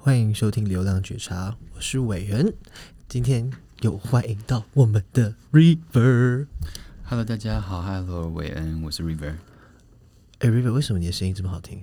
欢迎收听《流浪觉察》，我是伟人。今天又欢迎到我们的 River。Hello， 大家好 ，Hello， 伟恩，我是 River。 River， 为什么你的声音这么好听？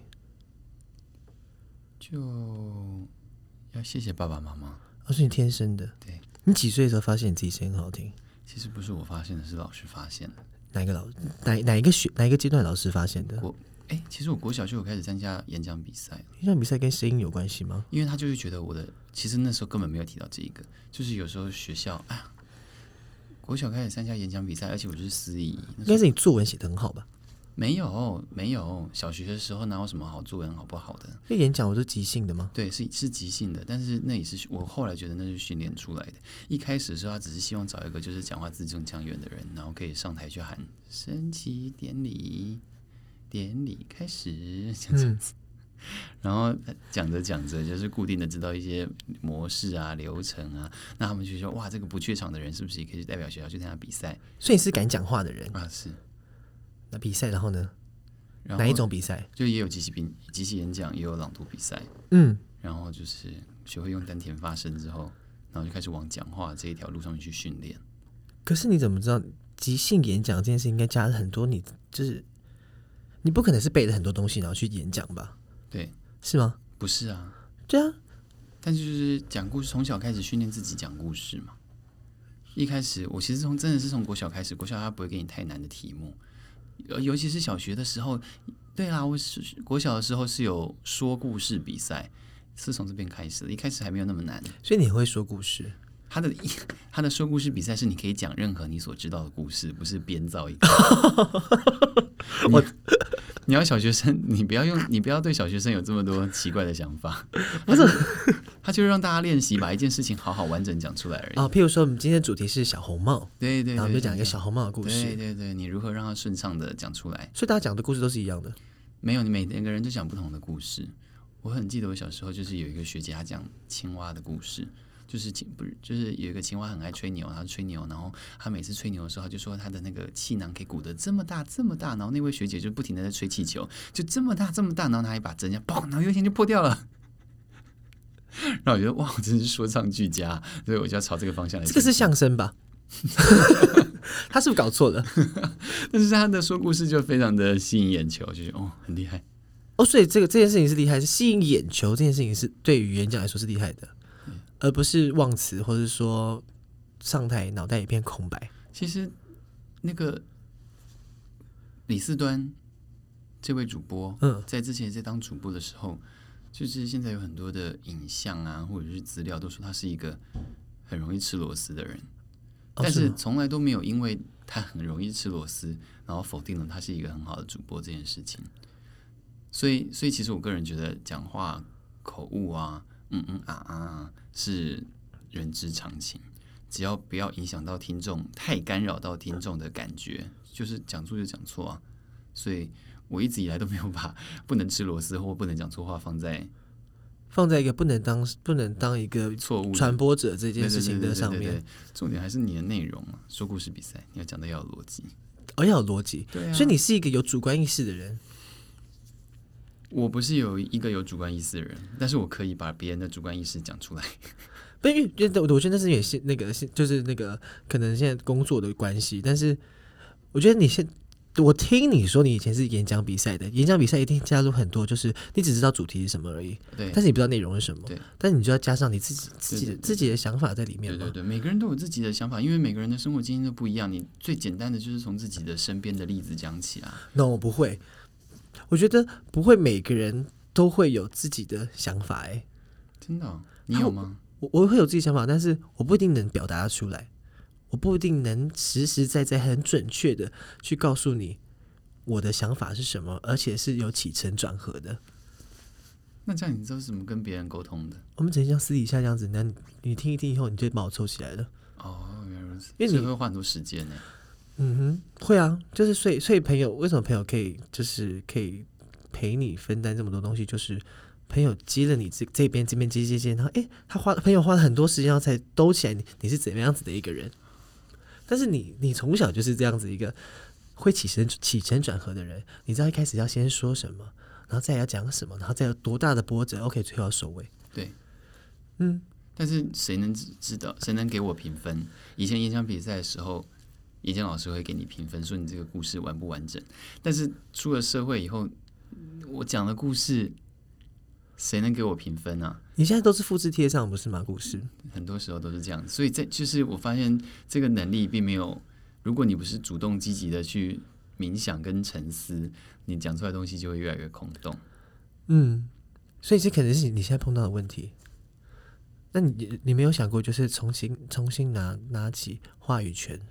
就要谢谢爸爸妈妈。 是你天生的。 对。 你几岁的时候发现你自己声音很好听？ 其实不是我发现的，是老师发现的。 哪一个阶段老师发现的？ 其实我国小就有开始参加演讲比赛。 演讲比赛跟声音有关系吗？ 因为他就是觉得其实那时候根本没有提到这一个，就是有时候学校，国小开始参加演讲比赛，而且我就是司仪。 应该是你作文写得很好吧？ 没有，小学的时候哪有什么好作文好不好的？ 因为演讲我是即兴的吗？ 对，是即兴的，但是那也是我后来觉得那是训练出来的。一开始的时候，他只是希望找一个就是讲话字正腔圆的人，然后可以上台去喊升旗典礼开始这样子。然后讲着讲着，就是固定的知道一些模式啊、流程啊，那他们就说哇，这个不怯场的人是不是也可以代表学校去参加比赛？ 所以你是敢讲话的人啊？是。 那比赛，然后呢？哪一种比赛？ 就也有即兴演讲，也有朗读比赛。然后就是学会用丹田发声之后，然后就开始往讲话这一条路上面去训练。 可是你怎么知道即兴演讲这件事应该加了很多？你不可能是背了很多东西然后去演讲吧？ 对， 是吗？ 不是啊。 对啊， 但是就是讲故事，从小开始训练自己讲故事嘛。一开始我其实真的是从国小开始，国小他不会给你太难的题目。尤其是小学的时候，对啦，我国小的时候是有说故事比赛，是从这边开始的。一开始还没有那么难， 所以你会说故事。他的说故事比赛是你可以讲任何你所知道的故事，不是编造一个。你要小学生，你不要对小学生有这么多奇怪的想法。不是，他就是让大家练习把一件事情好好完整讲出来而已。 譬如说我们今天的主题是小红帽， 对， 然后我们就讲一个小红帽的故事。 对，你如何让它顺畅的讲出来？ 所以大家讲的故事都是一样的？没有，你每个人都讲不同的故事。我很记得我小时候就是有一个学姐，她讲青蛙的故事。就是有一个青蛙很爱吹牛，他吹牛，然后他每次吹牛的时候，他就说他的那个气囊可以鼓得这么大这么大，然后那位学姐就不停的在吹气球，就这么大这么大，然后拿一把针，砰，然后有一天就破掉了。然后我觉得哇，我真是说唱俱佳，所以我就要朝这个方向来。 这个是相声吧？他是不是搞错了？ 但是他的说故事就非常的吸引眼球，就是很厉害。 所以这件事情是厉害，是吸引眼球这件事情是对于演讲来说是厉害的。而不是忘词，或者说上台脑袋一片空白。 其实那个李四端这位主播，在之前在当主播的时候，就是现在有很多的影像啊，或者是资料，都说他是一个很容易吃螺丝的人，但是从来都没有因为他很容易吃螺丝，然后否定了他是一个很好的主播这件事情。所以其实我个人觉得讲话口误啊。是人之常情，只要不要影响到听众，太干扰到听众的感觉，就是讲错就讲错啊。所以我一直以来都没有把不能吃螺丝或不能讲错话放在一个不能当一个错误传播者这件事情的上面。 对，重点还是你的内容啊。说故事比赛，你要讲的要有逻辑， 要有逻辑。 对啊， 所以你是一个有主观意识的人。 我不是有一个有主观意识的人，但是我可以把别人的主观意识讲出来。 不，因为我觉得那是也是就是可能现在工作的关系，但是我觉得我听你说你以前是演讲比赛的，演讲比赛一定加入很多，就是你只知道主题是什么而已， 对， 但是你不知道内容是什么， 对， 但是你就要加上你自己的想法在里面嘛。 对，每个人都有自己的想法，因为每个人的生活经验都不一样。你最简单的就是从自己的身边的例子讲起啊。 No， 不会。我觉得不会，每个人都会有自己的想法。 真的你有吗？ 我会有自己想法，但是我不一定能表达出来，我不一定能实实在在很准确的去告诉你我的想法是什么，而且是有起承转合的。 那这样你知道是怎么跟别人沟通的？ 我们只能像私底下这样子，那你听一听以后，你就把我凑起来了。 原来如此。 因为你会花很多时间呢。 会啊，就是所以朋友为什么朋友可以陪你分担这么多东西，就是朋友接了你这边接，然后朋友花了很多时间然后才兜起来你是怎么样子的一个人。但是你从小就是这样子一个会起承转合的人，你知道一开始要先说什么，然后再要讲什么，然后再有多大的波折 ，OK， 最后要收尾。 对， 但是谁能知道？谁能给我评分？以前演讲比赛的时候，演讲老师会给你评分，说你这个故事完不完整。但是出了社会以后，我讲的故事，谁能给我评分啊？ 你现在都是复制贴上，不是吗？故事很多时候都是这样，所以就是我发现这个能力并没有，如果你不是主动积极的去冥想跟沉思，你讲出来的东西就会越来越空洞。 所以这可能是你现在碰到的问题。那你没有想过，就是重新拿起话语权？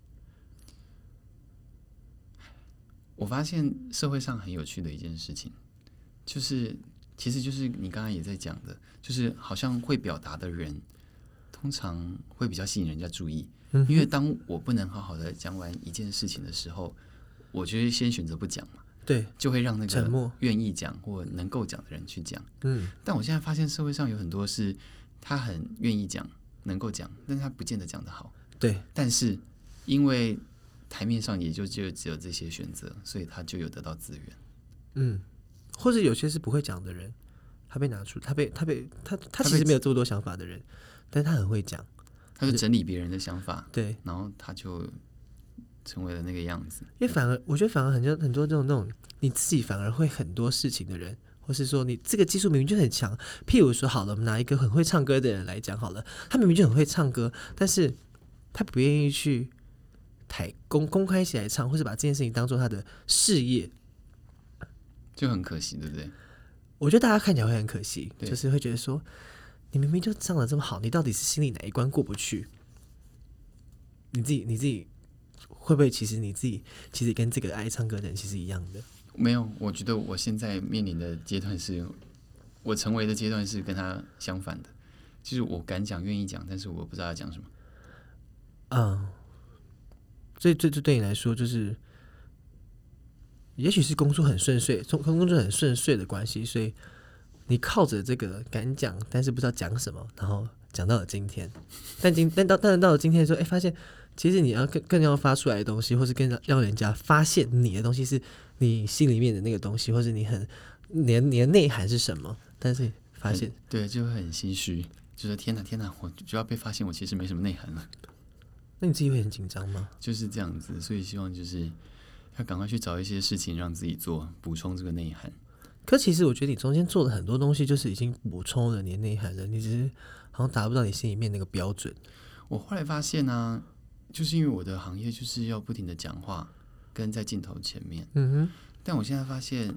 我发现社会上很有趣的一件事情，其实就是你刚刚也在讲的，就是好像会表达的人，通常会比较吸引人家注意。因为当我不能好好的讲完一件事情的时候，我就会先选择不讲嘛。 对， 就会让那沉默个愿意讲或能够讲的人去讲。但我现在发现社会上有很多是他很愿意讲，能够讲，但是他不见得讲得好。 对， 但是因为台面上也就只有这些选择，所以他就有得到资源。 或者有些是不会讲的人，他被拿出，他其实没有这么多想法的人，但他很会讲， 他就整理别人的想法， 对， 然后他就成为了那个样子。 因为我觉得反而很多这种那种你自己反而会很多事情的人，或是说你这个技术明明就很强，譬如说好了，我们拿一个很会唱歌的人来讲好了，他明明就很会唱歌，但是他不愿意去公开起来唱，或是把这件事情当做他的事业， 就很可惜，对不对？ 我觉得大家看起来会很可惜，就是会觉得说，你明明就唱得这么好，你到底是心里哪一关过不去？你自己会不会其实你自己其实跟这个爱唱歌的人其实一样的？ 没有，我觉得我现在面临的阶段是，我成为的阶段是跟他相反的，就是我敢讲、愿意讲，但是我不知道要讲什么。 所以这对你来说，就是也许是工作很顺遂的关系，所以你靠着这个敢讲，但是不知道讲什么，然后讲到了今天。但到了今天的时候，发现其实你要更要发出来的东西，或是更让人家发现你的东西是你心里面的那个东西，或是你的内涵是什么，但是发现对，就会很心虚，就是天哪，我就要被发现我其实没什么内涵了。 那你自己会很紧张吗？ 就是这样子，所以希望就是要赶快去找一些事情让自己做，补充这个内涵。 可其实我觉得你中间做的很多东西，就是已经补充了你的内涵了，你只是好像达不到你心里面那个标准。 我后来发现呢，就是因为我的行业就是要不停的讲话，跟在镜头前面。但我现在发现，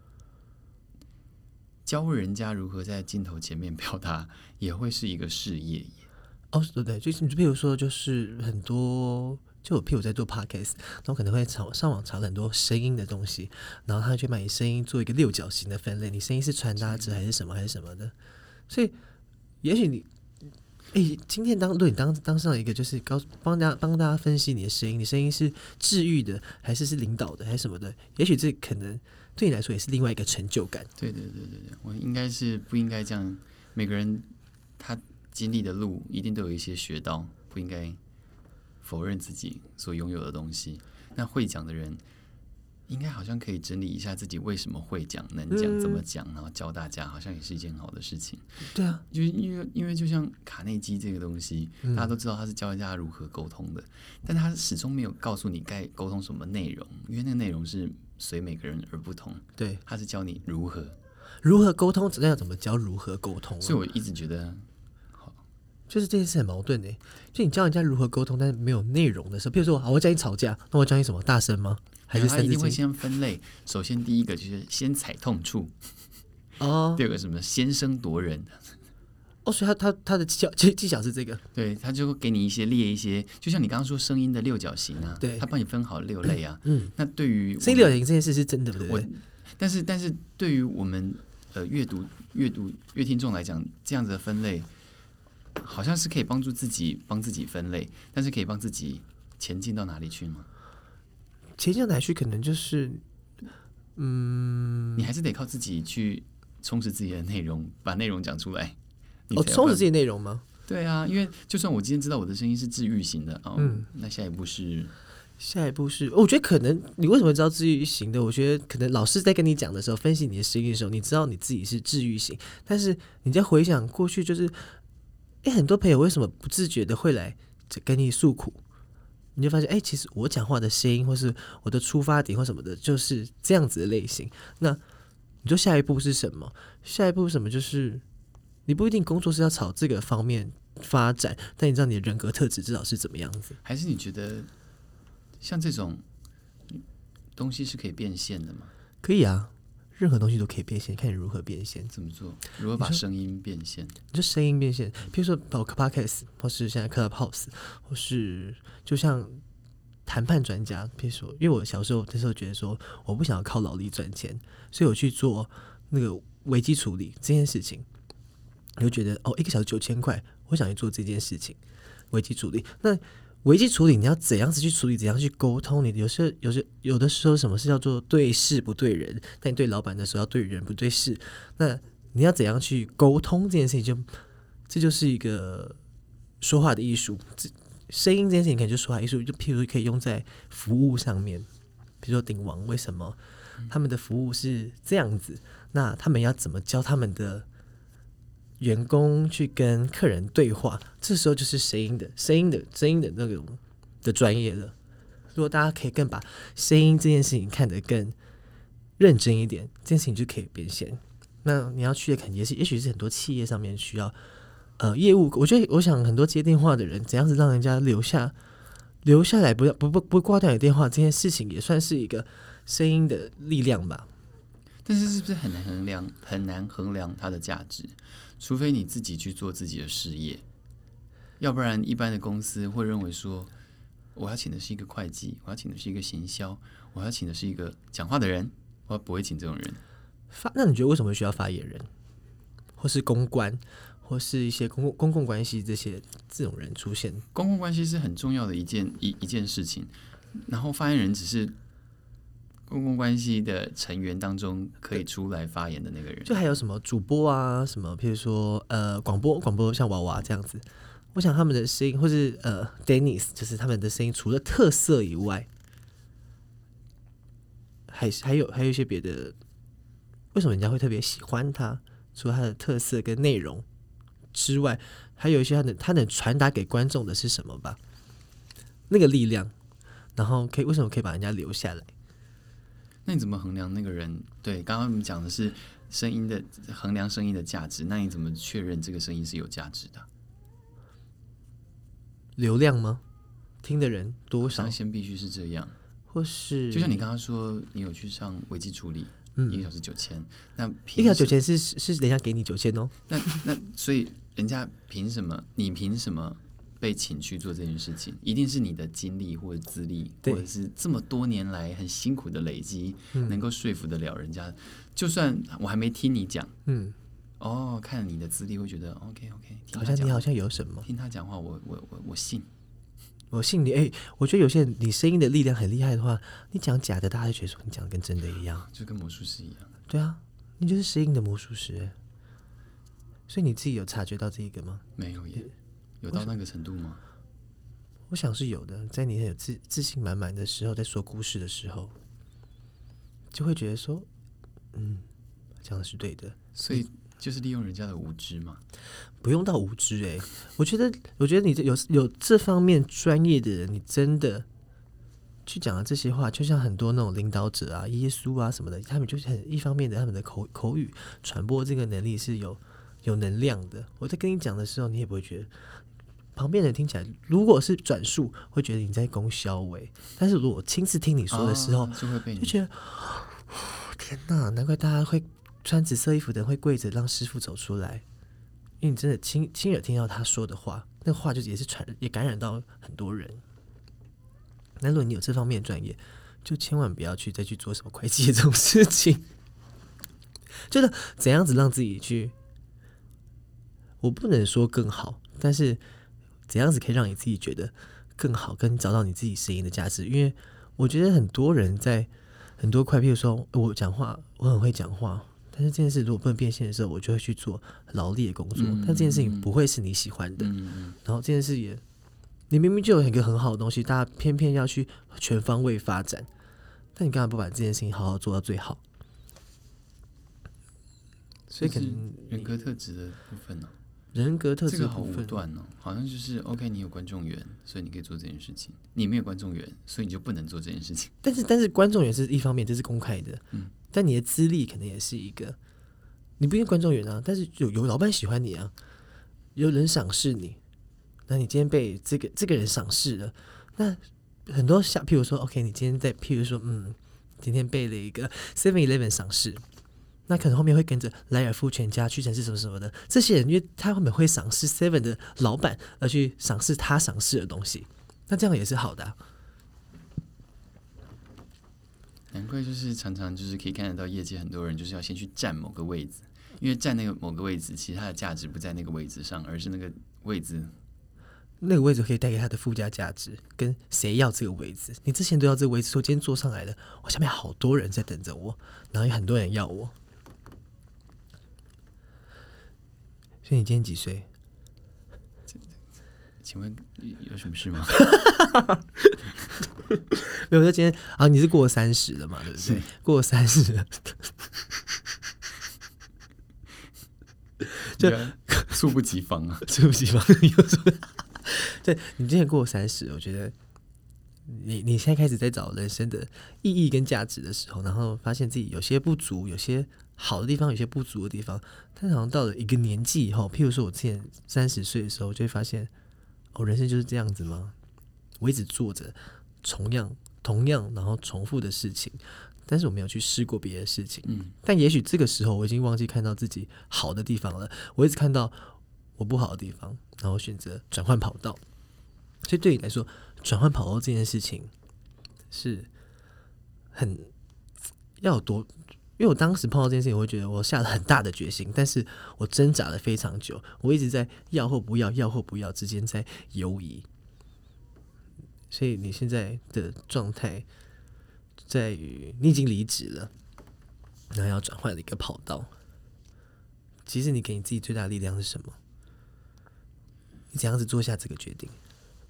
教人家如何在镜头前面表达，也会是一个事业耶。 对，就是你比如说，就是很多，就我譬如在做 podcast， 那我可能会上网查很多声音的东西，然后他就把你声音做一个六角形的分类，你声音是传达者还是什么的，所以也许你，今天如果你当上一个就是帮大家分析你的声音，你声音是治愈的还是领导的还是什么的，也许这可能对你来说也是另外一个成就感。 对，我应该是不应该这样，每个人他经历的路一定都有一些学到，不应该否认自己所拥有的东西。那会讲的人，应该好像可以整理一下自己为什么会讲、能讲、怎么讲，然后教大家，好像也是一件好的事情。 对啊， 就是因为就像卡内基这个东西，大家都知道他是教大家如何沟通的，但他始终没有告诉你该沟通什么内容，因为那个内容是随每个人而不同。 对， 他是教你如何沟通，那要怎么教如何沟通所以我一直觉得。 就是这件事很矛盾的，就你教人家如何沟通，但是没有内容的时候，比如说我教你吵架，那我教你什么？大声吗？还是他一定会先分类？首先第一个就是先踩痛处，第二个什么先声夺人。 所以他的技巧是这个， 对，他就会给你列一些，就像你刚刚说声音的六角形啊， 对， 他帮你分好6类啊。那对于声音六角形这件事是真的，对不对？ 但是对于我们阅听众来讲，这样子的分类。好像是可以帮助自己分类，但是可以帮自己前进到哪里去吗？ 前进到哪里去，可能就是， 你还是得靠自己去充实自己的内容，把内容讲出来。 充实自己内容吗？ 对啊，因为就算我今天知道我的声音是治愈型的，那下一步是， 我觉得可能你为什么知道治愈型的？我觉得可能老师在跟你讲的时候，分析你的声音的时候，你知道你自己是治愈型，但是你在回想过去，就是很多朋友为什么不自觉的会来跟你诉苦？你就发现，其实我讲话的声音，或是我的出发点或什么的，就是这样子的类型。那你说下一步是什么？下一步是什么？就是你不一定工作是要朝这个方面发展，但你知道你的人格特质至少是怎么样子？ 还是你觉得像这种东西是可以变现的吗？ 可以啊，任何东西都可以变现，看你如何变现。 怎么做？如何把声音变现？ 你就声音变现，譬如说包括 Podcast， 或是现在 Clubhouse， 或是就像谈判专家，譬如说，因为我小时候那时候觉得说，我不想要靠劳力赚钱，所以我去做那个危机处理这件事情，我就觉得1个小时9000块，我想去做这件事情，危机处理。那危机处理你要怎样子去处理，怎样去沟通？你有的时候什么是叫做对事不对人？但你对老板的时候要对人不对事，那你要怎样去沟通这件事情这就是一个说话的艺术。声音这件事情可能就说话艺术，就譬如可以用在服务上面，比如说鼎王为什么他们的服务是这样子，那他们要怎么教他们的员工去跟客人对话，这时候就是声音的那种的专业了。如果大家可以更把声音这件事情看得更认真一点，这件事情就可以变现。那你要去的可能也许是很多企业上面需要业务，我想很多接电话的人怎样子让人家留下来，不挂掉你的电话，这件事情也算是一个声音的力量吧。 但是是不是很难衡量它的价值？除非你自己去做自己的事业，要不然一般的公司会认为说，我要请的是一个会计，我要请的是一个行销，我要请的是一个讲话的人，我不会请这种人。 那你觉得为什么会需要发言人，或是公关，或是一些公共关系这种人出现？ 公共关系是很重要的一件事情，然后发言人只是公共关系的成员当中可以出来发言的那个人。 就还有什么主播啊，什么譬如说广播像娃娃这样子，我想他们的声音，或是Dennis， 就是他们的声音，除了特色以外，还有一些别的。为什么人家会特别喜欢他？除了他的特色跟内容之外，还有一些他能传达给观众的是什么吧？那个力量，然后为什么可以把人家留下来？ 那你怎么衡量那个人？对，刚刚我们讲的是声音的衡量声音的价值，那你怎么确认这个声音是有价值的？ 流量吗？听的人多少？ 先必须是这样， 或是就像你刚刚说，你有去上危机处理。1个小时9000，那 1个小时9000是人家给你9000哦。 那所以人家凭什么？你凭什么被请去做这件事情？一定是你的经历或者资历，或者是这么多年来很辛苦的累积，能够说服得了人家。就算我还没听你讲，看你的资历会觉得 OK， 好像你好像有什么， 听他讲话，我信。 我信你，我觉得有些人你声音的力量很厉害的话，你讲假的，大家就觉得说你讲的跟真的一样， 就跟魔术师一样。 对啊，你就是声音的魔术师。所以你自己有察觉到这个吗？ 没有耶，有到那个程度吗？ 我想是有的，在你很有自信满满的时候，在说故事的时候，就会觉得说，讲的是对的。 所以就是利用人家的无知嘛？ 不用到无知我觉得你有这方面专业的人，你真的去讲的这些话，就像很多那种领导者啊、耶稣啊什么的，他们就是很一方面的，他们的口语传播这个能力是有能量的。我在跟你讲的时候，你也不会觉得旁边人听起来，如果是转述，会觉得你在攻消但是如果我亲自听你说的时候，就觉得天哪，难怪大家会穿紫色衣服的人会跪着让师父走出来，因为你真的亲耳听到他说的话，那话就也感染到很多人。那如果你有这方面的专业，就千万不要再去做什么会计这种事情。就是怎样子让自己去，我不能说更好，但是怎样子可以让你自己觉得更好，跟找到你自己声音的价值。因为我觉得很多人在很多块，譬如说我讲话，我很会讲话，但是这件事如果不能变现的时候，我就会去做劳力的工作，但这件事情不会是你喜欢的。然后这件事也，你明明就有一个很好的东西，大家偏偏要去全方位发展，但你干嘛不把这件事情好好做到最好？所以可能人格特质的部分呢？ 人格特质这个好武断哦，好像就是 OK， 你有观众缘，所以你可以做这件事情；你没有观众缘，所以你就不能做这件事情。 但是观众缘是一方面，这是公开的，但你的资历可能也是一个，你不一定观众缘啊，但是有老板喜欢你啊，有人赏识你，那你今天被这个人赏识了，那很多譬如说 OK， 你今天譬如说今天被了一个 7-Eleven 赏识。那可能后面会跟着莱尔富全家、屈臣氏什么什么的，这些人因为他后面会赏识 Seven 的老板，而去赏识他赏识的东西，那这样也是好的啊。 难怪就是常常就是可以看得到业界很多人就是要先去占某个位置，因为占那个某个位置，其实它的价值不在那个位置上，而是那个位置可以带给他的附加价值，跟谁要这个位置。你之前都要这个位置，我今天坐上来了，我下面好多人在等着我，然后有很多人要我。所以你今天几岁？ 请问有什么事吗？ 没有，我今天啊，你是过30了嘛？对不对？过30了， 就猝不及防啊！ 猝不及防，对，你今天过30，我觉得你现在开始在找人生的意义跟价值的时候，然后发现自己有些不足，有些好的地方，有些不足的地方，但好像到了一个年纪以后，譬如说我之前30岁的时候，就会发现，人生就是这样子吗？我一直做着同样然后重复的事情，但是我没有去试过别的事情。但也许这个时候我已经忘记看到自己好的地方了，我一直看到我不好的地方，然后选择转换跑道。所以对你来说，转换跑道这件事情是很要有多？因为我当时碰到这件事情，我会觉得我下了很大的决心，但是我挣扎了非常久，我一直在要或不要、要或不要之间在犹疑。所以你现在的状态在于你已经离职了，然后要转换了一个跑道。其实你给你自己最大的力量是什么？你怎样子做下这个决定？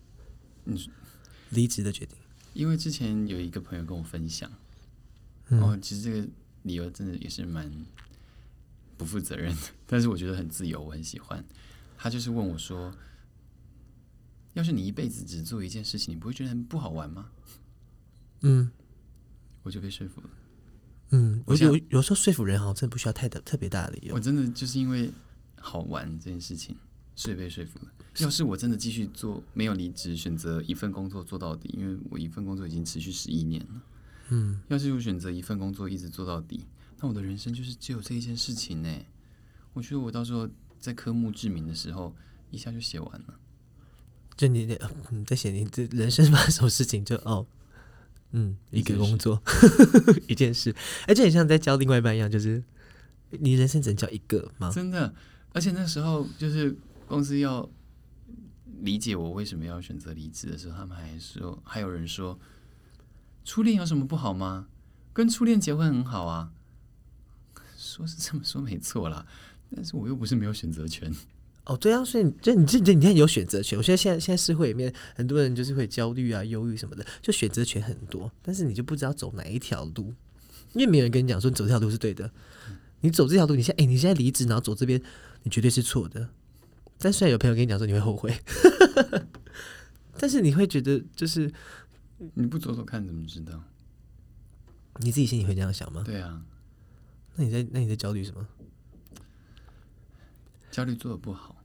离职的决定。 因为之前有一个朋友跟我分享，其实这个理由真的也是蛮不负责任的，但是我觉得很自由，我很喜欢。他就是问我说：“要是你一辈子只做一件事情，你不会觉得很不好玩吗？”我就被说服了。 我觉得有时候说服人好像真的不需要特别大的理由。 我真的就是因为好玩这件事情，所以被说服了。要是我真的继续做，没有离职，选择一份工作做到底，因为我一份工作已经持续11年了。要是我选择一份工作一直做到底，那我的人生就是只有这一件事情呢。我觉得我到时候在科目志铭的时候，一下就写完了。 就你在写你这人生发生什么事情，就一个工作一件事，就很像在教另外一半一样，就是你人生只能教一个吗？ 真的，而且那时候就是公司要理解我为什么要选择离职的时候，他们还有人说，初恋有什么不好吗？跟初恋结婚很好啊。说是这么说没错啦，但是我又不是没有选择权。 对啊，所以你看有选择权。我现在社会里面很多人就是会焦虑啊、忧郁什么的，就选择权很多，但是你就不知道走哪一条路，因为没有人跟你讲说你走这条路是对的。你走这条路，你现在离职，然后走这边，你绝对是错的。但虽然有朋友跟你讲说你会后悔，但是你会觉得就是你不走走看怎么知道？ 你自己心里会这样想吗？ 对啊。 那你在焦虑什么？ 焦虑做得不好。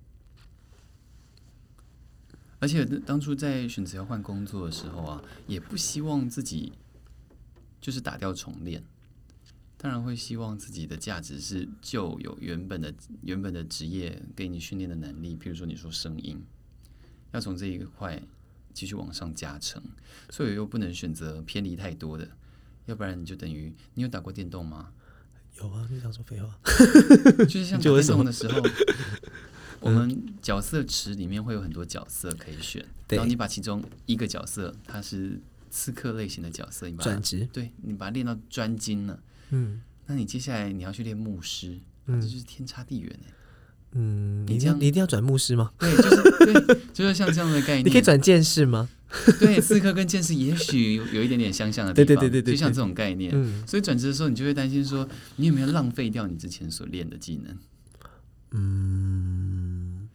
而且当初在选择要换工作的时候啊，也不希望自己就是打掉重练，当然会希望自己的价值是就有原本的职业给你训练的能力，譬如说你说声音，要从这一块继续往上加成，所以又不能选择偏离太多的，要不然你就等于你有打过电动吗？ 有啊，你想说废话？ 就是像打电动的时候。我们角色池里面会有很多角色可以选，然后你把其中一个角色，它是刺客类型的角色，你把它转职，对，你把它练到专精了，那你接下来你要去练牧师，这就是天差地远你一定要转牧师吗？ 对，就是像这样的概念。 你可以转剑士吗？ 对，刺客跟剑士也许有一点点相像的地方，对，就像这种概念。所以转职的时候，你就会担心说，你有没有浪费掉你之前所练的技能？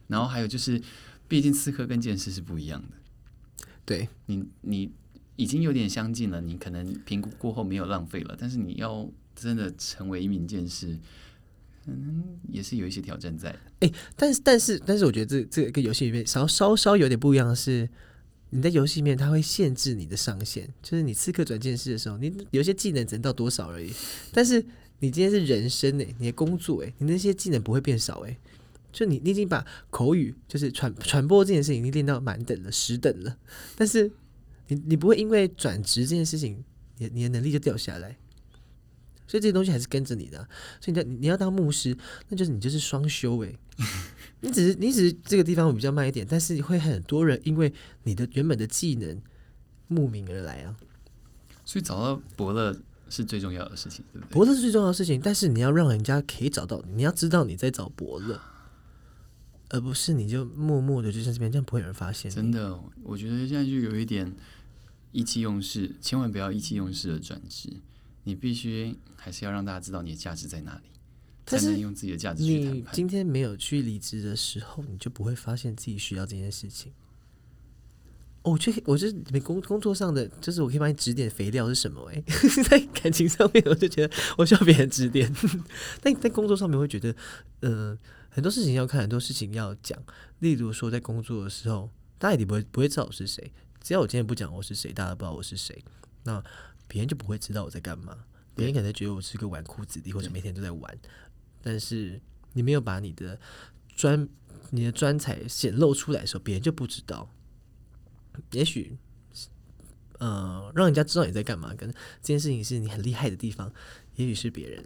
然后还有就是，毕竟刺客跟剑士是不一样的。 对， 你已经有点相近了，你可能评估过后没有浪费了，但是你要真的成为一名剑士，也是有一些挑战在的。 但是，我觉得这个游戏里面稍稍有点不一样的是，你在游戏里面它会限制你的上限，就是你刺客转剑士的时候，你有些技能只能到多少而已。但是你今天是人生你的工作你那些技能不会变少就你已经把口语就是传播这件事情，你练到满等了10等了，但是你不会因为转职这件事情，你的能力就掉下来。所以这些东西还是跟着你的所以你要当牧师，那就是你就是双修你只是这个地方会比较慢一点，但是会很多人因为你的原本的技能慕名而来所以找到伯乐是最重要的事情，对不对？ 伯乐是最重要的事情，但是你要让人家可以找到你，要知道你在找伯乐，而不是你就默默的就在这边，这样不会有人发现你。 真的，我觉得现在就有一点意气用事，千万不要意气用事的转职。你必须还是要让大家知道你的价值在哪里，才能用自己的价值去谈判。 你今天没有去离职的时候，你就不会发现自己需要这件事情。我觉得你们工作上的，就是我可以帮你指点肥料是什么在感情上面，我就觉得我需要别人指点。但在工作上面，会觉得很多事情要看，很多事情要讲。例如说，在工作的时候，大家也不会知道我是谁。只要我今天不讲我是谁，大家都不知道我是谁。那别人就不会知道我在干嘛，别人可能觉得我是个纨绔子弟，或者每天都在玩。但是你没有把你的专才显露出来的时候，别人就不知道。也许让人家知道你在干嘛，跟这件事情是你很厉害的地方，也许是别人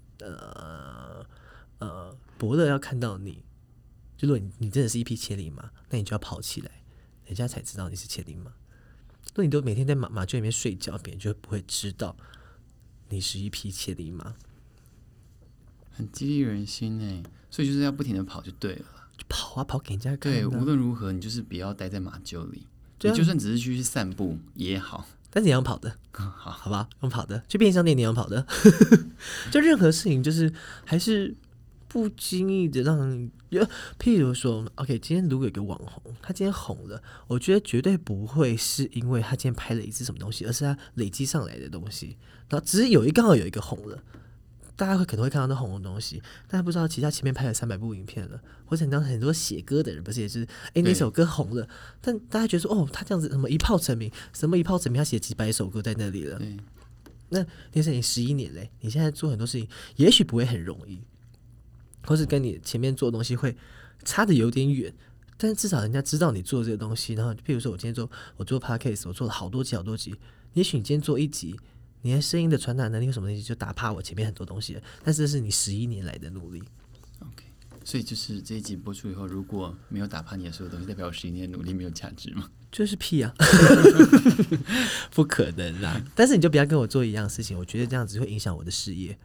伯乐要看到你，就如果你真的是一匹千里马，那你就要跑起来，人家才知道你是千里马。如果你都每天在马圈里面睡觉，别人就不会知道你是一匹千里马。 很激励人心所以就是要不停的跑就对了， 就跑啊跑给人家看。 对，无论如何你就是不要待在马厩里，你就算只是去散步也好， 但是你要跑的，好吧，用跑的，去便利商店你要跑的，就任何事情就是还是不经意的让你，譬如说 ，OK， 今天如果有个网红，他今天红了，我觉得绝对不会是因为他今天拍了一支什么东西，而是他累积上来的东西，然后只是刚好有一个红了。大家可能会看到那红的东西，但不知道其他前面拍了300部影片了，或者很多写歌的人不是也是那首歌红了，但大家觉得说他这样子什么一炮成名，他写几百首歌在那里了。那那是你11年嘞，你现在做很多事情也许不会很容易，或是跟你前面做的东西会差的有点远，但是至少人家知道你做这个东西。然后譬如说我今天我做 podcast， 我做了好多集，也许你今天做1集，你的声音的传达能力有什么东西就打趴我前面很多东西了，但是这是你11年来的努力。 OK， 所以就是这一集播出以后，如果没有打趴你的所有东西，代表我11年的努力没有价值吗？ 就是屁啊，不可能啦！但是你就不要跟我做一样的事情，我觉得这样子会影响我的事业。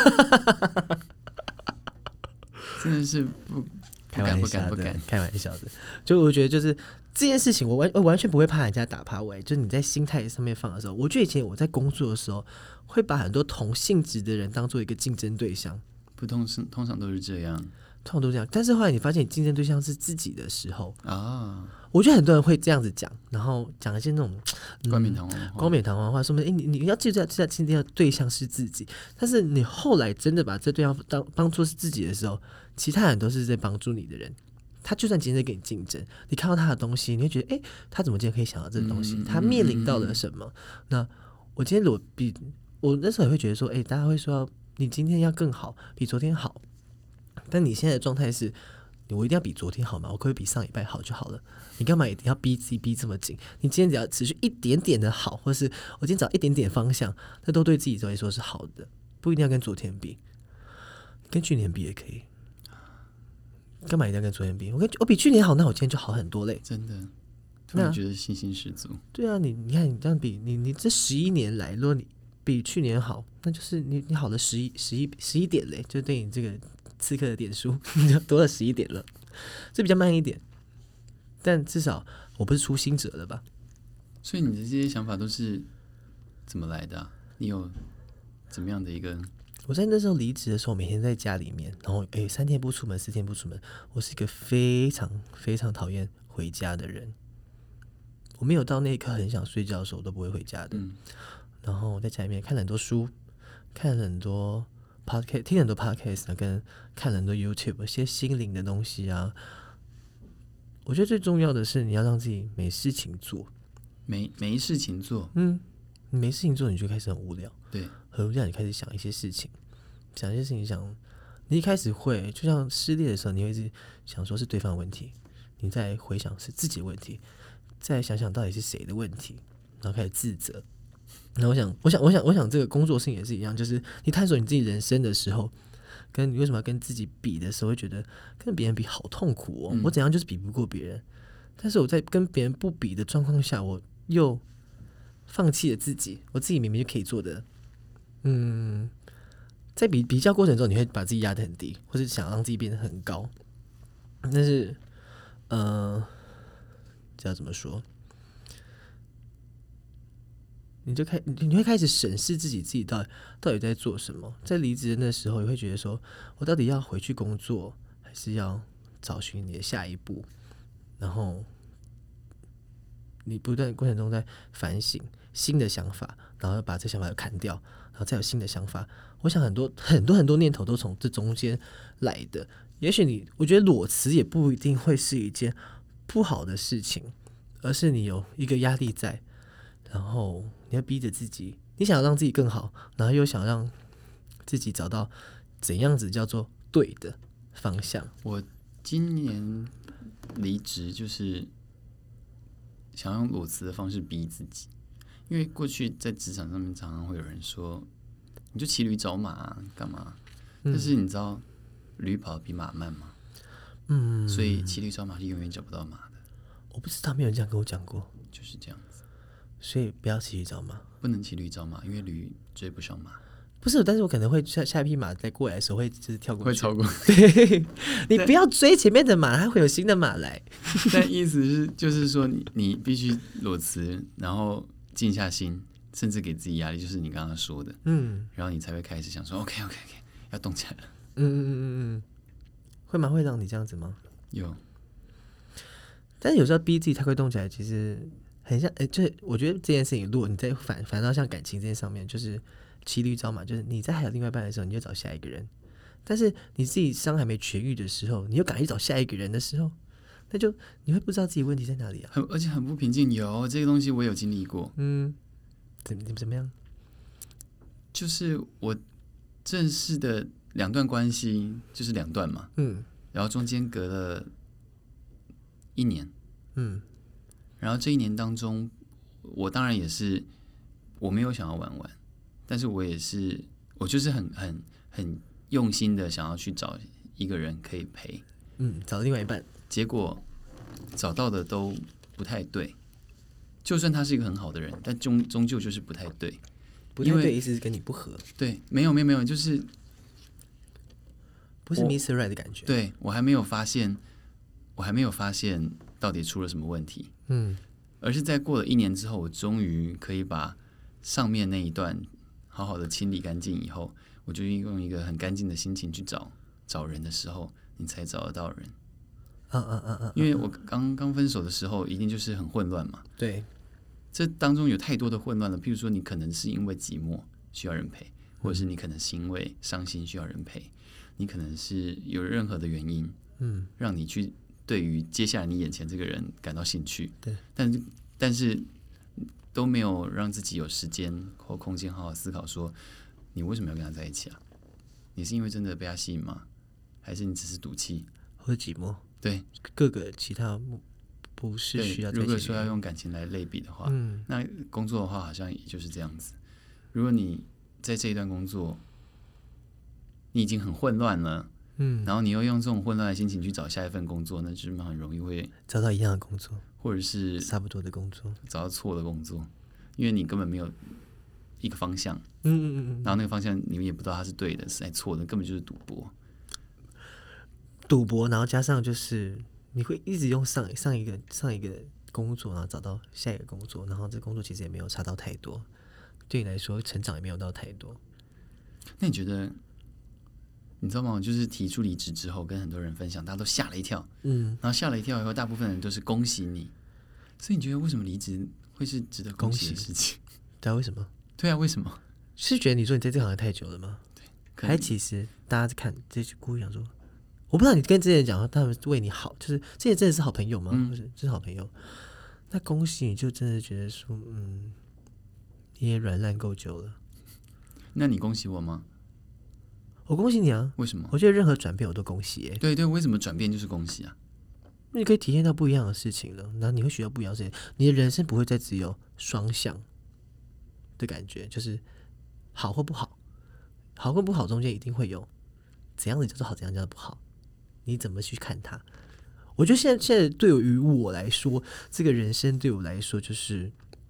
真的是不敢， 开玩笑的。就我觉得就是这件事情，我完全不会怕人家打趴我。就是你在心态上面放的时候，我觉得以前我在工作的时候，会把很多同性质的人当做一个竞争对象。 通常都是这样， 但是后来你发现你竞争对象是自己的时候我觉得很多人会这样子讲，然后讲一些那种冠冕堂皇话，说明你要记住这今天的对象是自己。但是你后来真的把这对象当作是自己的时候，其他人都是在帮助你的人。他就算今天在跟你竞争，你看到他的东西，你会觉得他怎么今天可以想到这个东西？他面临到了什么？那我今天如果我那时候也会觉得说，大家会说你今天要更好，比昨天好。但你现在的状态是，我一定要比昨天好吗？我可不可以比上礼拜好就好了？你干嘛一定要逼自己逼这么紧？你今天只要持续一点点的好，或是我今天找一点点方向，那都对自己来说是好的，不一定要跟昨天比，跟去年比也可以。干嘛一定要跟昨天比？我比去年好，那我今天就好很多嘞。 真的，突然觉得信心十足。 对啊，你看你这样比，你这11年来，如果你比去年好，那就是你好了11点嘞，就对你这个刺客的点数你就多了11点了，这比较慢一点，但至少我不是初心者了吧？ 所以你的这些想法都是怎么来的你有怎么样的一个我在那时候离职的时候，每天在家里面，然后3天不出门，4天不出门。我是一个非常非常讨厌回家的人，我没有到那一刻很想睡觉的时候，我都不会回家的。然后在家里面看了很多书，看了很多 podcast， 听了很多 podcast， 跟看了很多 YouTube 一些心灵的东西啊。我觉得最重要的是你要让自己没事情做， 没事情做， 你没事情做你就开始很无聊， 对， 很无聊，你开始想一些事情，你一开始会就像失恋的时候，你会一直想说是对方的问题，你再回想是自己的问题，再想想到底是谁的问题，然后开始自责。然后我想这个工作性也是一样，就是你探索你自己人生的时候，跟你为什么要跟自己比的时候，会觉得跟别人比好痛苦哦。我怎样就是比不过别人，但是我在跟别人不比的状况下，我又放弃了自己，我自己明明就可以做的。在比较过程中，你会把自己压得很低，或是想让自己变得很高。但是，这要怎么说？你会开始审视自己到底在做什么。在离职的那时候，你会觉得说，我到底要回去工作，还是要找寻你的下一步？然后你不断过程中在反省新的想法，然后把这想法砍掉，然后再有新的想法。我想很多念头都从这中间来的。也许我觉得裸辞也不一定会是一件不好的事情，而是你有一个压力在。然后你要逼着自己，你想要让自己更好，然后又想让自己找到怎样子叫做对的方向。 我今年离职就是想用裸辞的方式逼自己，因为过去在职场上面常常会有人说，你就骑驴找马啊，干嘛？但是你知道驴跑比马慢吗？所以骑驴找马是永远找不到马的。 我不知道，没有人这样跟我讲过， 就是这样子。 所以不要骑驴找马， 不能骑驴找马，因为驴追不上马。 不是，但是我可能会下一匹马再过来的时候会就是跳过去， 会超过。 对，你不要追前面的马，它会有新的马来。 但意思是就是说你必须裸辞，然后静下心，甚至给自己压力，就是你刚刚说的，然后你才会开始想说 OK， 要动起来了。 会吗？会让你这样子吗？ 有， 但是有时候逼自己太快动起来，其实很像，就是我觉得这件事情，如果你在反到像感情这件上面，就是骑驴找马，就是你在还有另外一半的时候，你就找下一个人，但是你自己伤还没痊愈的时候，你又赶去找下一个人的时候，那就你会不知道自己问题在哪里啊， 而且很不平静。有这个东西我有经历过， 怎么样？ 就是我正式的2段关系，就是2段嘛，然后中间隔了1年，然后这1年当中，我当然也是我没有想要玩，但是我就是很用心的想要去找一个人可以陪， 找另外一半， 结果找到的都不太对，就算他是一个很好的人，但终究就是不太对。 不太对，意思是跟你不合。 对，没有，就是不是 Mr. Right 的感觉。 对，我还没有发现到底出了什么问题。而是在过了1年之后，我终于可以把上面那一段好好的清理干净以后，我就用一个很干净的心情去找人的时候，你才找得到人。因为我刚分手的时候，一定就是很混乱嘛。 对。 这当中有太多的混乱了，譬如说你可能是因为寂寞需要人陪，或者是你可能是因为伤心需要人陪，你可能是有任何的原因，让你去对于接下来你眼前这个人感到兴趣， 对， 但是都没有让自己有时间或空间好好思考说，你为什么要跟他在一起啊？你是因为真的被他吸引吗？还是你只是赌气或者寂寞？ 对， 各个其他不是需要在一起。 如果说要用感情来类比的话，那工作的话好像也就是这样子。如果你在这一段工作，你已经很混乱了，然后你又用这种混乱的心情去找下一份工作，那就是很容易会找到一样的工作， 或者是差不多的工作， 找到错的工作，因为你根本没有一个方向，然后那个方向你们也不知道它是对的，是在错的，根本就是赌博， 然后加上就是你会一直用上一个工作，然后找到下一个工作，然后这工作其实也没有差到太多，对你来说成长也没有到太多。 那你觉得，你知道吗？我就是提出离职之后，跟很多人分享，大家都吓了一跳。然后吓了一跳以后，大部分人都是恭喜你。所以你觉得为什么离职会是值得恭喜的事情？ 对啊，为什么？ 对啊，为什么？ 是觉得你说你在这行太久了吗？对，还其实大家看这句故意想说，我不知道你跟这些人讲，他们为你好，就是这些真的是好朋友吗？或者真是好朋友？那恭喜你就真的觉得说，你也软烂够久了。 那你恭喜我吗？ 我恭喜你啊！ 为什么？ 我觉得任何转变我都恭喜耶。 对对，为什么转变就是恭喜啊？ 你可以体验到不一样的事情了，然后你会学到不一样的事情，你的人生不会再只有双向的感觉，就是好或不好，好跟不好中间一定会有怎样的叫做好，怎样叫做不好，你怎么去看它？我觉得现在对于我来说，这个人生对我来说就是，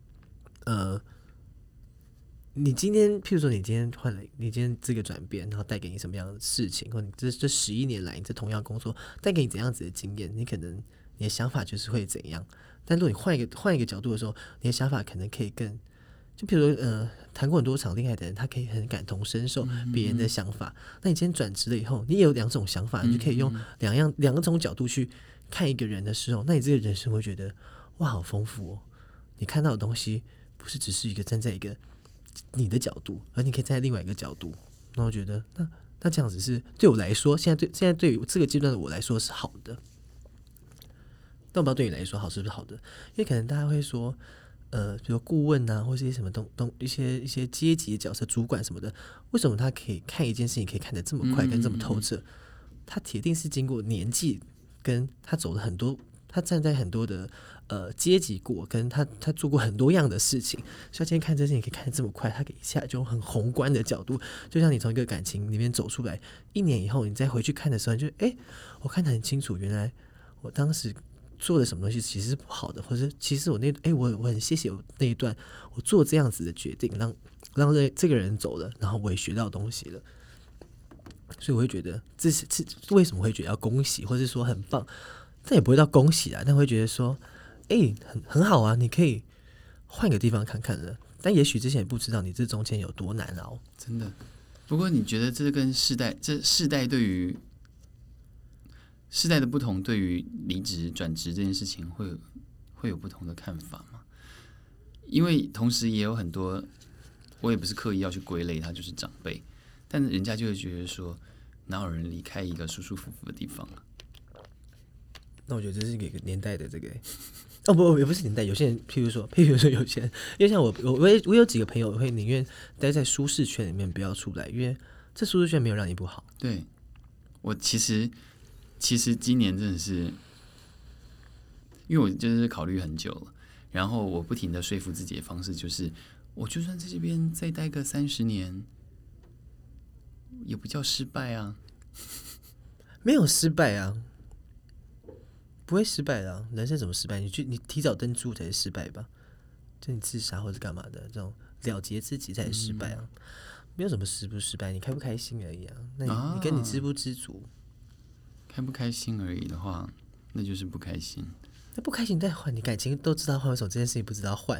你今天，譬如说你今天换了，你今天这个转变，然后带给你什么样的事情，或者你这11年来，你这同样工作带给你怎样子的经验，你可能你的想法就是会怎样。但如果你换一个角度的时候，你的想法可能可以更，就譬如说谈过很多场恋爱的人，他可以很感同身受别人的想法。那你今天转职了以后，你也有2种想法，你就可以用两种角度去看一个人的时候，那你这个人生会觉得哇，好丰富哦！你看到的东西不是只是一个站在一个你的角度，而你可以站在另外一个角度。那我觉得，那这样子是对我来说，现在对于这个阶段的我来说是好的。但我不知道对你来说好是不是好的，因为可能大家会说，比如顾问啊，或是一些什么一些阶级的角色、主管什么的，为什么他可以看一件事情可以看得这么快，跟这么透彻？他铁定是经过年纪，跟他走了很多，他站在很多的阶级过，跟他做过很多样的事情，所以他今天看这件事情可以看得这么快，他可以一下就很宏观的角度，就像你从一个感情里面走出来，1年以后你再回去看的时候，你就我看得很清楚，原来我当时做的什么东西其实是不好的，或者其实我很谢谢我那一段我做这样子的决定，让这个人走了，然后我也学到东西了。所以我会觉得这是为什么会觉得要恭喜，或是说很棒，但也不会到恭喜啦，但会觉得说，很好啊，你可以换个地方看看了。但也许之前也不知道你这中间有多难熬， 真的。不过你觉得这跟世代对于世代的不同，对于离职转职这件事情会有不同的看法吗？因为同时也有很多，我也不是刻意要去归类他就是长辈，但人家就会觉得说，哪有人离开一个舒舒服服的地方啊？ 那我觉得这是一个年代的这个，不，也不是年代。有些人，譬如说有些人，因为像我有几个朋友会宁愿待在舒适圈里面，不要出来，因为这舒适圈没有让你不好。 对，我其实今年真的是，因为我就是考虑很久了，然后我不停的说服自己的方式就是，我就算在这边再待个30年，也不叫失败啊， 没有失败啊。不会失败的啊，人生怎么失败？你提早登出才是失败吧？就你自杀或者干嘛的，这种了结自己才是失败啊。没有什么失不失败，你开不开心而已啊。那你跟你知不知足？ 开不开心而已的话，那就是不开心。 那不开心再换，你感情都知道换，为什么这件事情不知道换？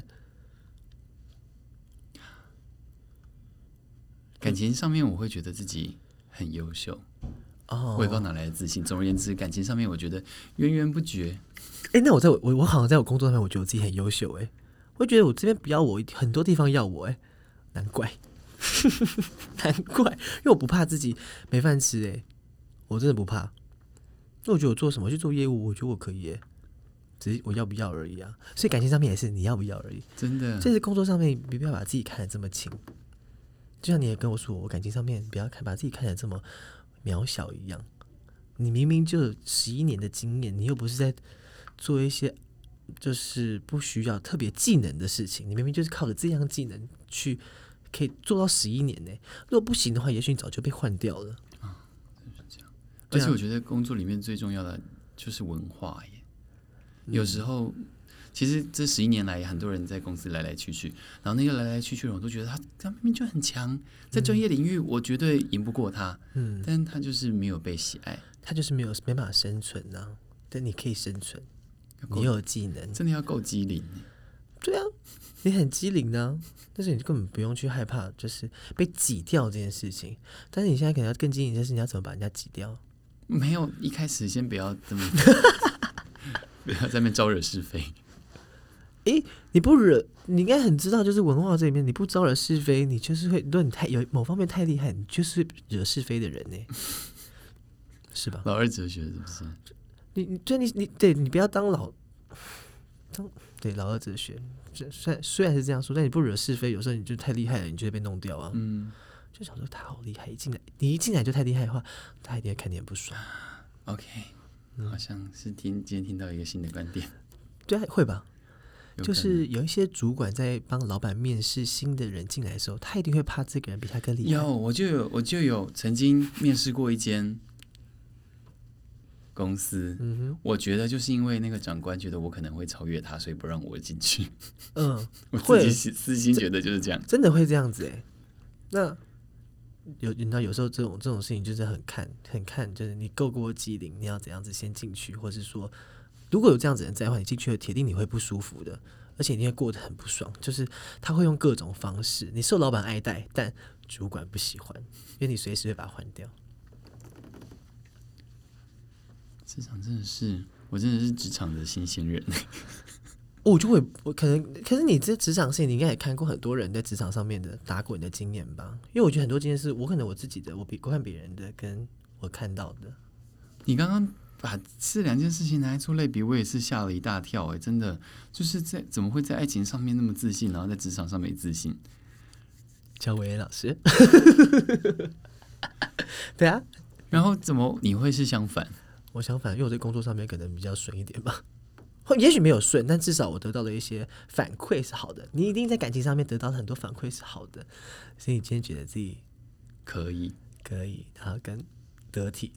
感情上面我会觉得自己很优秀。我也不知道哪来的自信。总而言之，感情上面我觉得源源不绝。 那我好像在我工作上面，我觉得我自己很优秀我觉得我这边不要我，很多地方要我难怪，难怪，因为我不怕自己没饭吃我真的不怕。那我觉得我做什么去做业务，我觉得我可以只是我要不要而已啊。所以感情上面也是你要不要而已， 真的。 这是工作上面，你不要把自己看得这么轻。就像你也跟我说，我感情上面不要把自己看得这么渺小一样，你明明就有11年的经验，你又不是在做一些就是不需要特别技能的事情，你明明就是靠着这样技能去可以做到11年如果不行的话，也许你早就被换掉了啊，就是这样。而且我觉得工作里面最重要的就是文化耶。有时候，其实这11年来，很多人在公司来来去去，然后那个来来去去的人，我都觉得他明明就很强，在专业领域我绝对赢不过他，但他就是没有被喜爱， 他就是没办法生存啊。但你可以生存，你有技能， 真的要够机灵。 对啊，你很机灵呢、但是你根本不用去害怕，就是被挤掉这件事情。但是你现在可能要更机灵的是，你要怎么把人家挤掉？ 没有，一开始先不要这么，不要在那边招惹是非。 你不惹，你应该很知道，就是文化这里面，你不招惹是非，你就是会，如果你有某方面太厉害，你就是惹是非的人呢，是吧？ 老二哲学是不是？ 你不要当对老二哲学，虽然是这样说，但你不惹是非，有时候你就太厉害了，你就会被弄掉啊。就想说他好厉害，你一进来就太厉害的话，他一定会看你很不爽。 OK，好像是今天听到一个新的观点。 对啊，会吧？就是有一些主管在帮老板面试新的人进来的时候，他一定会怕这个人比他更厉害。 我就有曾经面试过一间公司，我觉得就是因为那个长官觉得我可能会超越他，所以不让我进去。我自己私心觉得就是这样， 真的会这样子哎。那你知道有时候这种事情就是很看，就是你够不够机灵，你要怎样子先进去，或是说。如果有这样子的人在的话，你进去了铁定你会不舒服的，而且你会过得很不爽。就是他会用各种方式，你受老板爱戴，但主管不喜欢，因为你随时会把他换掉。 职场我真的是职场的新鲜人。 我可是你这职场事，你应该也看过很多人在职场上面的打滚的经验吧？因为我觉得很多经验是我可能我自己的，我看别人的，跟我看到的。 你刚刚把这两件事情拿来做类比，我也是吓了一大跳哎！真的就是怎么会在爱情上面那么自信，然后在职场上没自信？ 乔伟老师，对啊， 然后怎么你会是相反？ 我相反，因为我在工作上面可能比较顺一点吧，或也许没有顺，但至少我得到的一些反馈是好的。你一定在感情上面得到很多反馈是好的，所以你今天觉得自己可以， 然后跟得体。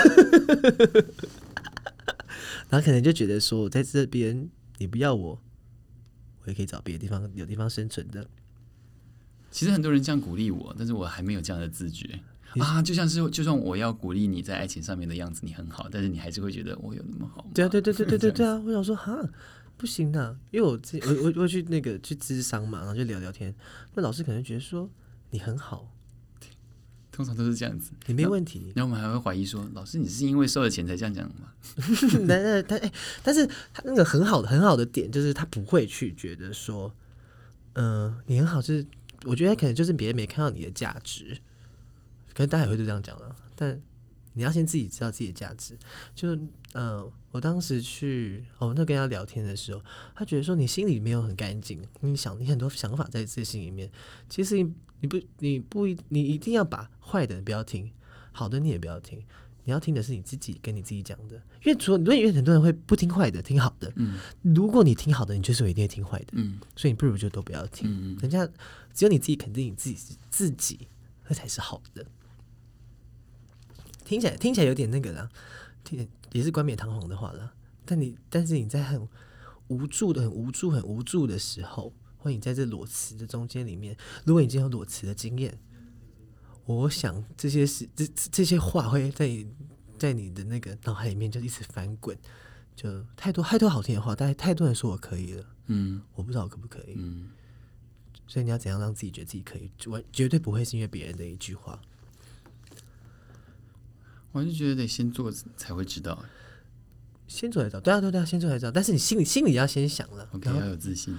然后可能就觉得说，我在这边你不要我也可以找别的地方有地方生存的。 其实很多人这样鼓励我，但是我还没有这样的自觉啊。就算我要鼓励你在爱情上面的样子你很好，但是你还是会觉得我有那么好吗？ 对啊！我想说哈，不行的，因为我去去咨商嘛，然后就聊天，那老师可能觉得说你很好。 通常都是这样子， 你没问题。 然后我们还会怀疑说，老师你是因为收了钱才这样讲吗？ 但是他那个很好的点就是他不会去觉得说，你很好，就是我觉得可能就是别人没看到你的价值，可能大家也会就这样讲了。但你要先自己知道自己的价值。就我当时去那跟他聊天的时候，他觉得说你心里没有很干净，你很多想法在自己心里面，其实你一定要把坏的不要听，好的你也不要听，你要听的是你自己跟你自己讲的。因为很多人会不听坏的，听好的。如果你听好的，你就是一定会听坏的。所以你不如就都不要听。人家只有你自己肯定你自己，那才是好的。听起来有点那个啦，也是冠冕堂皇的话啦。但是你在很无助的时候，或你在这裸辞的中间里面，如果你今天有裸辞的经验，我想这些话会在你的那个脑海里面就一直翻滚，就太多好听的话，但太多人说我可以了，我不知道我可不可以，所以你要怎样让自己觉得自己可以，绝对不会是因为别人的一句话。 我就觉得得先做才会知道， 先做才知道，对啊，先做才知道。但是你心里要先想了， 要有自信，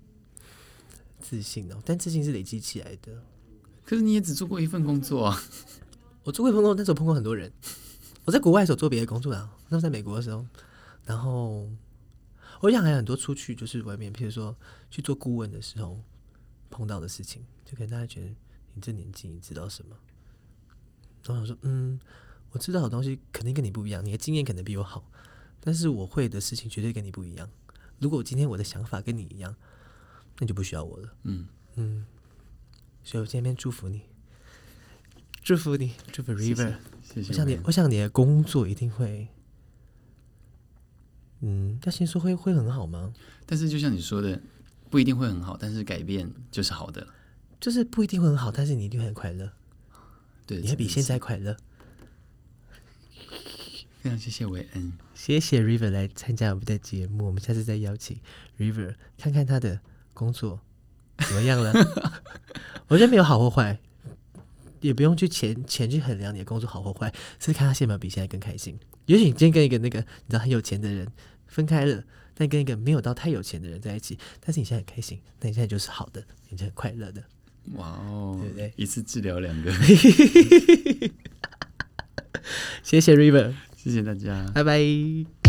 但自信是累积起来的。 可是你也只做过一份工作啊！ 我做过一份工作，但是我碰过很多人。我在国外的时候做别的工作啊，那在美国的时候，然后我想还有很多出去就是外面，譬如说去做顾问的时候碰到的事情，就可能大家觉得你这年纪你知道什么？然后我说我知道的东西肯定跟你不一样，你的经验可能比我好，但是我会的事情绝对跟你不一样。如果今天我的想法跟你一样，那你就不需要我了。所以我今天祝福你，祝福 River。 谢谢。 我想你的工作一定会，要先说会很好吗？ 但是就像你说的，不一定会很好，但是改变就是好的。 就是不一定会很好，但是你一定会很快乐。 对， 你会比现在快乐。 非常谢谢韦恩， 谢谢 River 来参加我们的节目，我们下次再邀请 River 看看他的工作怎么样了？我觉得没有好或坏，也不用去钱去衡量你的工作好或坏，是看他现在有没有比现在更开心。也许你今天跟一个你知道很有钱的人分开了，但跟一个没有到太有钱的人在一起，但是你现在很开心，那你现在就是好的，你是很快乐的。 哇哦， 对不对？ 一次治疗2个。 谢谢 River， 谢谢大家， 拜拜。